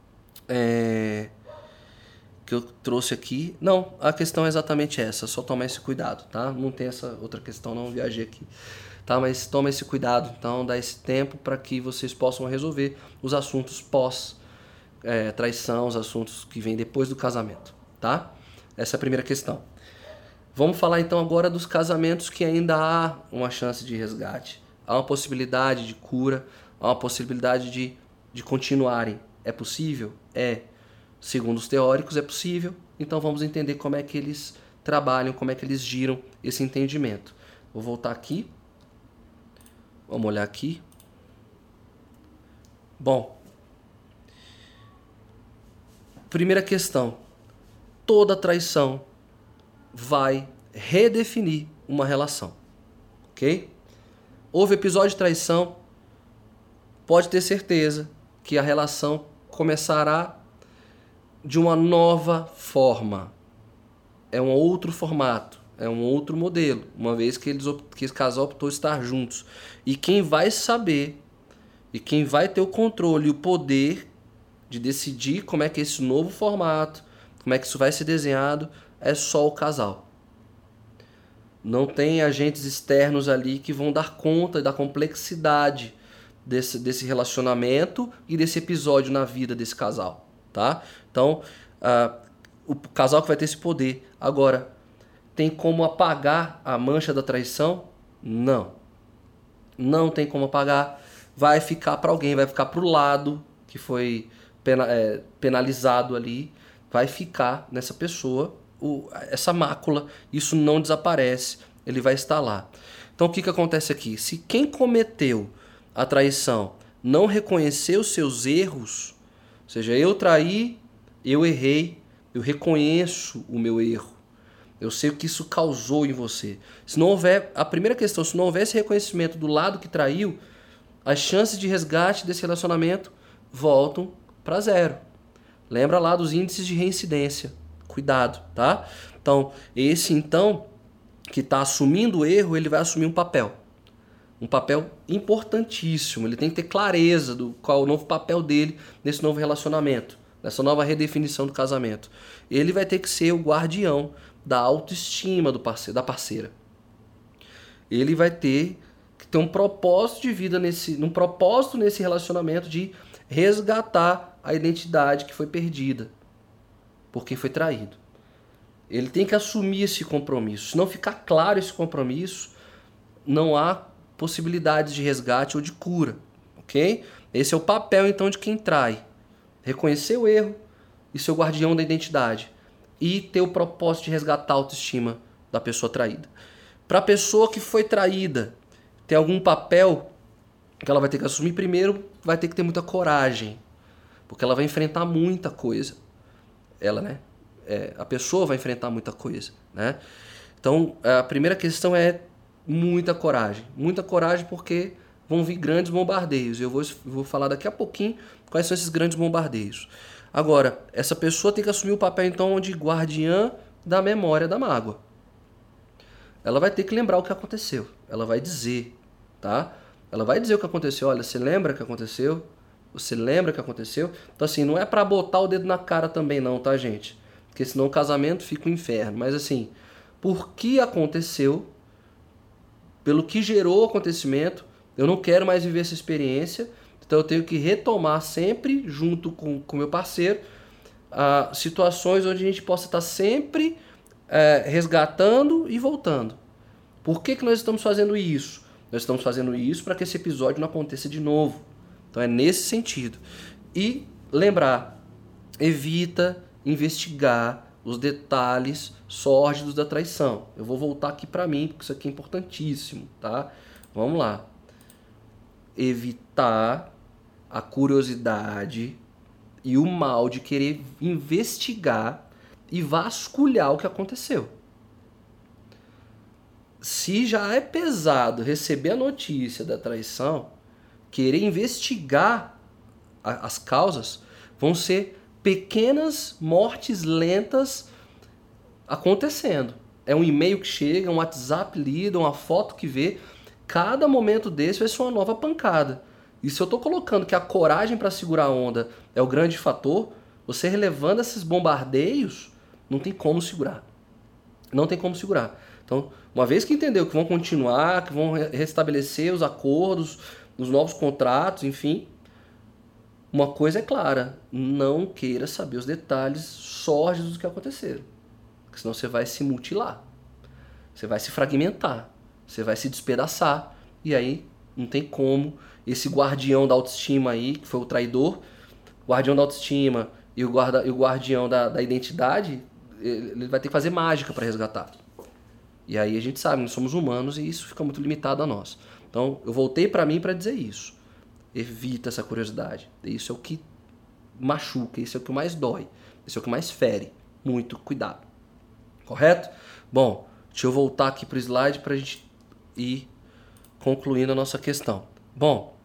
que eu trouxe aqui... Não, a questão é exatamente essa, só tomar esse cuidado, tá? Não tem essa outra questão, não viajei aqui. Tá? Mas toma esse cuidado, então dá esse tempo para que vocês possam resolver os assuntos pós traição, os assuntos que vêm depois do casamento, tá? Essa é a primeira questão. Vamos falar então agora dos casamentos que ainda há uma chance de resgate. Há uma possibilidade de cura, há uma possibilidade de continuarem. É possível? É. Segundo os teóricos, é possível. Então vamos entender como é que eles trabalham, como é que eles giram esse entendimento. Vou voltar aqui. Vamos olhar aqui. Bom, primeira questão. Toda traição vai redefinir uma relação, ok? Houve episódio de traição, pode ter certeza que a relação começará de uma nova forma. É um outro formato, é um outro modelo, uma vez que esse casal optou estar juntos. E quem vai saber, e quem vai ter o controle e o poder de decidir como é que é esse novo formato, como é que isso vai ser desenhado, é só o casal. Não tem agentes externos ali que vão dar conta da complexidade desse relacionamento e desse episódio na vida desse casal, tá? Então, o casal que vai ter esse poder. Agora, tem como apagar a mancha da traição? Não. Não tem como apagar. Vai ficar para alguém, vai ficar para o lado que foi penalizado ali, vai ficar nessa pessoa essa mácula, isso não desaparece, ele vai estar lá. Então o que acontece aqui? Se quem cometeu a traição não reconhecer os seus erros, ou seja, eu traí, eu errei, eu reconheço o meu erro, eu sei o que isso causou em você. Se não houver, a primeira questão, se não houver esse reconhecimento do lado que traiu, as chances de resgate desse relacionamento voltam para zero. Lembra lá dos índices de reincidência. Cuidado, tá? Então, que está assumindo o erro, ele vai assumir um papel importantíssimo. Ele tem que ter clareza do qual é o novo papel dele nesse novo relacionamento, nessa nova redefinição do casamento. Ele vai ter que ser o guardião da autoestima do parceiro, da parceira. Ele vai ter que ter um propósito de vida nesse relacionamento de resgatar a identidade que foi perdida por quem foi traído. Ele tem que assumir esse compromisso. Se não ficar claro esse compromisso, não há possibilidades de resgate ou de cura, ok? Esse é o papel, então, de quem trai. Reconhecer o erro e ser o guardião da identidade. E ter o propósito de resgatar a autoestima da pessoa traída. Para a pessoa que foi traída, tem algum papel que ela vai ter que assumir? Primeiro, vai ter que ter muita coragem, porque ela vai enfrentar muita coisa. A pessoa vai enfrentar muita coisa, né? Então, a primeira questão é muita coragem. Muita coragem porque vão vir grandes bombardeios. Eu vou falar daqui a pouquinho quais são esses grandes bombardeios. Agora, essa pessoa tem que assumir o papel, então, de guardiã da memória da mágoa. Ela vai ter que lembrar o que aconteceu. Ela vai dizer, tá? Ela vai dizer o que aconteceu. Olha, você lembra o que aconteceu? Você lembra o que aconteceu? Então, assim, não é pra botar o dedo na cara também não, tá, gente? Porque senão o casamento fica um inferno. Mas, assim, por que aconteceu, pelo que gerou o acontecimento, eu não quero mais viver essa experiência, então eu tenho que retomar sempre, junto com o meu parceiro, situações onde a gente possa estar sempre resgatando e voltando. Por que nós estamos fazendo isso? Nós estamos fazendo isso para que esse episódio não aconteça de novo. Então é nesse sentido. E lembrar, evita investigar os detalhes sórdidos da traição. Eu vou voltar aqui para mim, porque isso aqui é importantíssimo, tá? Vamos lá. evitar a curiosidade e o mal de querer investigar e vasculhar o que aconteceu. Se já é pesado receber a notícia da traição, querer investigar as causas, vão ser pequenas mortes lentas acontecendo. É um e-mail que chega, um WhatsApp lido, uma foto que vê. Cada momento desse vai ser uma nova pancada. E se eu estou colocando que a coragem para segurar a onda é o grande fator, você relevando esses bombardeios, não tem como segurar. Não tem como segurar. Então, uma vez que entendeu que vão continuar, que vão restabelecer os acordos, os novos contratos, enfim, uma coisa é clara, não queira saber os detalhes sórdidos do que aconteceram. Porque senão você vai se mutilar, você vai se fragmentar, você vai se despedaçar, e aí não tem como esse guardião da autoestima aí, que foi o traidor, guardião da autoestima e o guardião da identidade, ele vai ter que fazer mágica para resgatar. E aí a gente sabe, nós somos humanos e isso fica muito limitado a nós. Então eu voltei para mim para dizer isso. Evita essa curiosidade. Isso é o que machuca, isso é o que mais dói, isso é o que mais fere. Muito cuidado. Correto? Bom, deixa eu voltar aqui para o slide para a gente ir concluindo a nossa questão. Bom,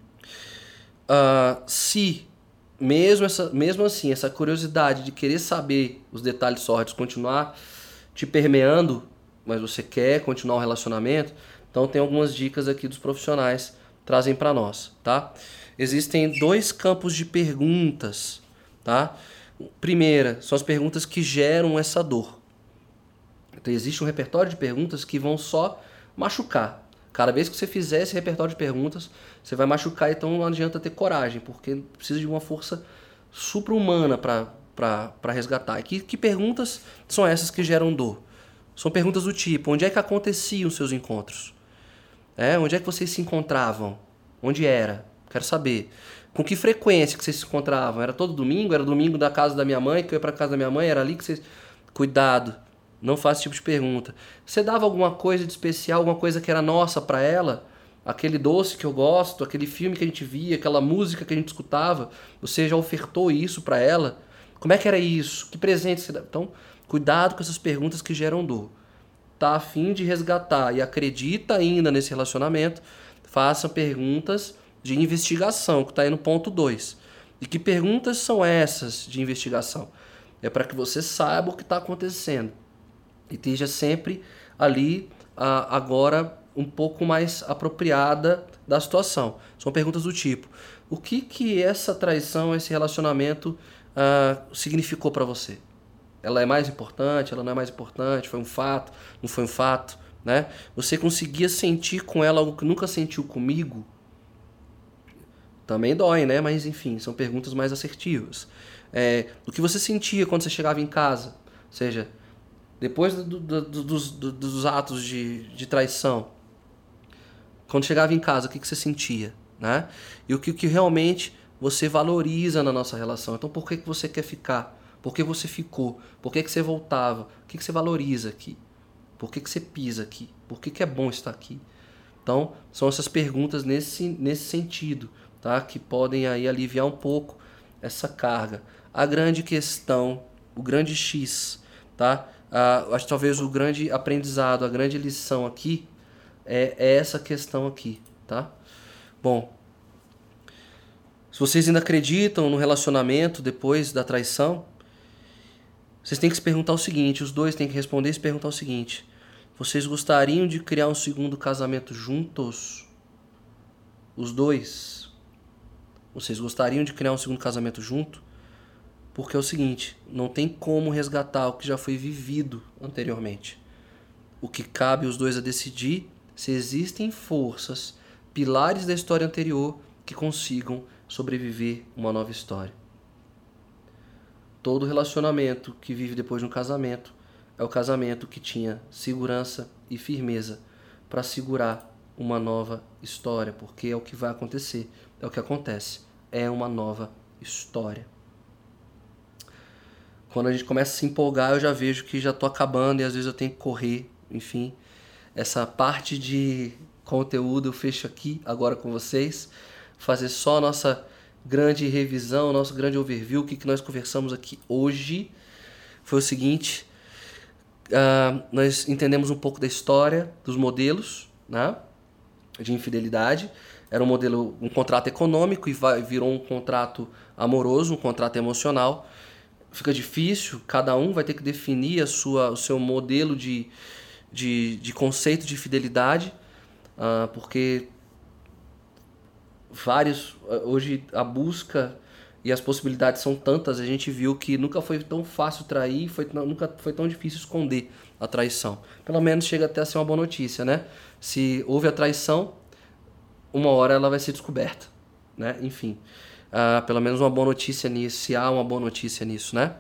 se mesmo assim essa curiosidade de querer saber os detalhes sórdidos continuar te permeando, mas você quer continuar o relacionamento, então tem algumas dicas aqui dos profissionais trazem para nós, tá? Existem 2 campos de perguntas, tá? Primeira, são as perguntas que geram essa dor. Então existe um repertório de perguntas que vão só machucar. Cada vez que você fizer esse repertório de perguntas, você vai machucar, então não adianta ter coragem, porque precisa de uma força supra-humana para resgatar. E que perguntas são essas que geram dor? São perguntas do tipo, onde é que aconteciam os seus encontros? Onde é que vocês se encontravam? Onde era? Quero saber. Com que frequência que vocês se encontravam? Era todo domingo? Era domingo da casa da minha mãe, que eu ia para casa da minha mãe? Era ali que vocês... Cuidado, não faça esse tipo de pergunta. Você dava alguma coisa de especial, alguma coisa que era nossa para ela? Aquele doce que eu gosto, aquele filme que a gente via, aquela música que a gente escutava, você já ofertou isso para ela? Como é que era isso? Que presente você dá? Então, cuidado com essas perguntas que geram dor. Tá a fim de resgatar e acredita ainda nesse relacionamento, faça perguntas de investigação, que está aí no ponto 2. E que perguntas são essas de investigação? É para que você saiba o que está acontecendo e esteja sempre ali, agora, um pouco mais apropriada da situação. São perguntas do tipo, o que essa traição, esse relacionamento significou para você? Ela é mais importante, ela não é mais importante, foi um fato, não foi um fato, né? Você conseguia sentir com ela algo que nunca sentiu comigo? Também dói, né? Mas enfim, são perguntas mais assertivas. O que você sentia quando você chegava em casa? Ou seja, depois dos atos de traição, quando chegava em casa, o que você sentia, né? E o que realmente você valoriza na nossa relação. Então por que você quer ficar? Por que você ficou? Por que você voltava? O que você valoriza aqui? Por que você pisa aqui? Por que é bom estar aqui? Então, são essas perguntas nesse sentido, tá? Que podem aí aliviar um pouco essa carga. A grande questão, o grande X, tá? Acho que talvez o grande aprendizado, a grande lição aqui é essa questão aqui, tá? Bom, se vocês ainda acreditam no relacionamento depois da traição, vocês têm que se perguntar o seguinte, os dois têm que responder e se perguntar o seguinte, vocês gostariam de criar um segundo casamento juntos? Os dois? Vocês gostariam de criar um segundo casamento junto? Porque é o seguinte, não tem como resgatar o que já foi vivido anteriormente. O que cabe aos dois é decidir se existem forças, pilares da história anterior que consigam sobreviver uma nova história. Todo relacionamento que vive depois de um casamento é o casamento que tinha segurança e firmeza para segurar uma nova história, porque é o que vai acontecer, é o que acontece, é uma nova história. Quando a gente começa a se empolgar, eu já vejo que já estou acabando e às vezes eu tenho que correr, enfim. Essa parte de conteúdo eu fecho aqui agora com vocês. Fazer só a nossa grande revisão, nosso grande overview. O que nós conversamos aqui hoje foi o seguinte: nós entendemos um pouco da história dos modelos, né, de infidelidade. Era um modelo, um contrato econômico e virou um contrato amoroso, um contrato emocional. Fica difícil, cada um vai ter que definir o seu modelo de conceito de fidelidade, porque hoje a busca e as possibilidades são tantas. A gente viu que nunca foi tão fácil trair, nunca foi tão difícil esconder a traição. Pelo menos chega até a ser uma boa notícia, né? Se houve a traição, uma hora ela vai ser descoberta, né? Enfim, pelo menos uma boa notícia nisso, se há uma boa notícia nisso, né?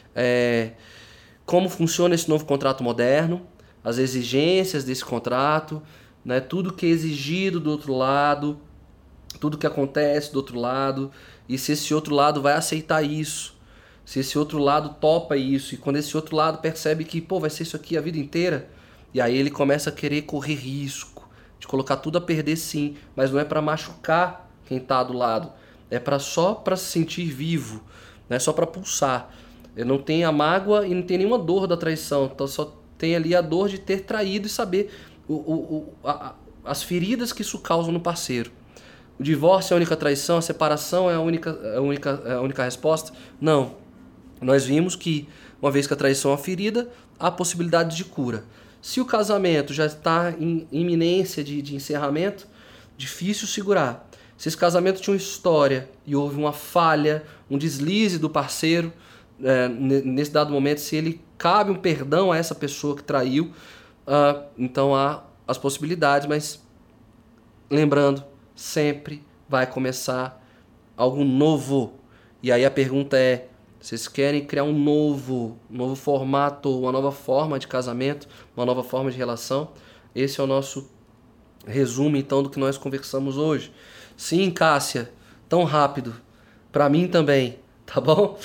Como funciona esse novo contrato moderno, as exigências desse contrato, né? Tudo que é exigido do outro lado, tudo que acontece do outro lado, e se esse outro lado vai aceitar isso, se esse outro lado topa isso, e quando esse outro lado percebe que, vai ser isso aqui a vida inteira, e aí ele começa a querer correr risco, de colocar tudo a perder sim, mas não é para machucar quem tá do lado, é só para se sentir vivo, não é só para pulsar. Não tem a mágoa e não tem nenhuma dor da traição, então só tem ali a dor de ter traído e saber as feridas que isso causa no parceiro. O divórcio é a única traição, a separação é a única resposta? Não. Nós vimos que, uma vez que a traição é uma ferida, há possibilidade de cura. Se o casamento já está em iminência de encerramento, difícil segurar. Se esse casamento tinha uma história e houve uma falha, um deslize do parceiro, nesse dado momento, se ele cabe um perdão a essa pessoa que traiu, então há as possibilidades, mas lembrando, sempre vai começar algo novo. E aí a pergunta é: vocês querem criar um novo formato, uma nova forma de casamento, uma nova forma de relação? Esse é o nosso resumo, então, do que nós conversamos hoje. Sim, Cássia, tão rápido. Pra mim também, tá bom?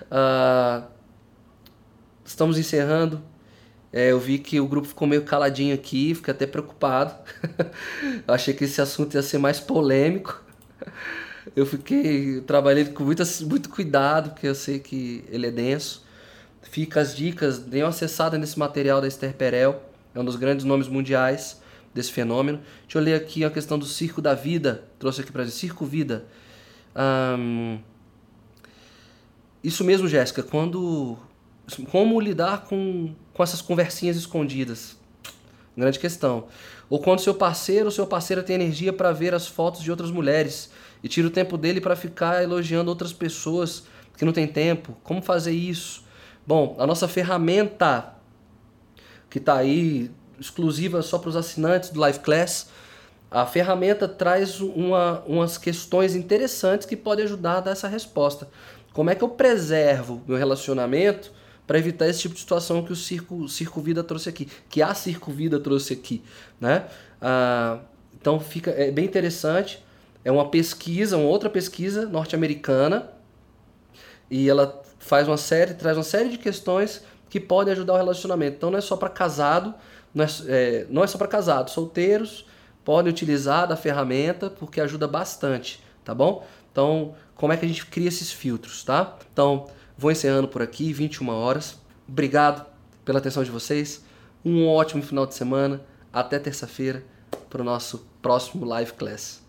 Estamos encerrando. Eu vi que o grupo ficou meio caladinho aqui, fiquei até preocupado. Eu achei que esse assunto ia ser mais polêmico. Eu trabalhei com muito cuidado, porque eu sei que ele é denso. Fica as dicas, dê uma acessada nesse material da Esther Perel, é um dos grandes nomes mundiais desse fenômeno. Deixa eu ler aqui a questão do Circo da Vida, trouxe aqui pra gente, Circo Vida. Isso mesmo, Jéssica, como lidar com essas conversinhas escondidas? Grande questão. Ou quando seu parceiro ou sua parceira tem energia para ver as fotos de outras mulheres e tira o tempo dele para ficar elogiando outras pessoas que não tem tempo. Como fazer isso? Bom, a nossa ferramenta, que está aí exclusiva só para os assinantes do Live Class, a ferramenta traz umas questões interessantes que podem ajudar a dar essa resposta. Como é que eu preservo meu relacionamento para evitar esse tipo de situação que o Circo Vida trouxe aqui, que a Circo Vida trouxe aqui, né? Então é bem interessante. É uma outra pesquisa norte-americana, e ela traz uma série de questões que podem ajudar o relacionamento. Então não é só para casado, não é só para casados, solteiros podem utilizar da ferramenta porque ajuda bastante, tá bom? Então, como é que a gente cria esses filtros, tá? Então, vou encerrando por aqui, 21 horas. Obrigado pela atenção de vocês. Um ótimo final de semana. Até terça-feira para o nosso próximo Live Class.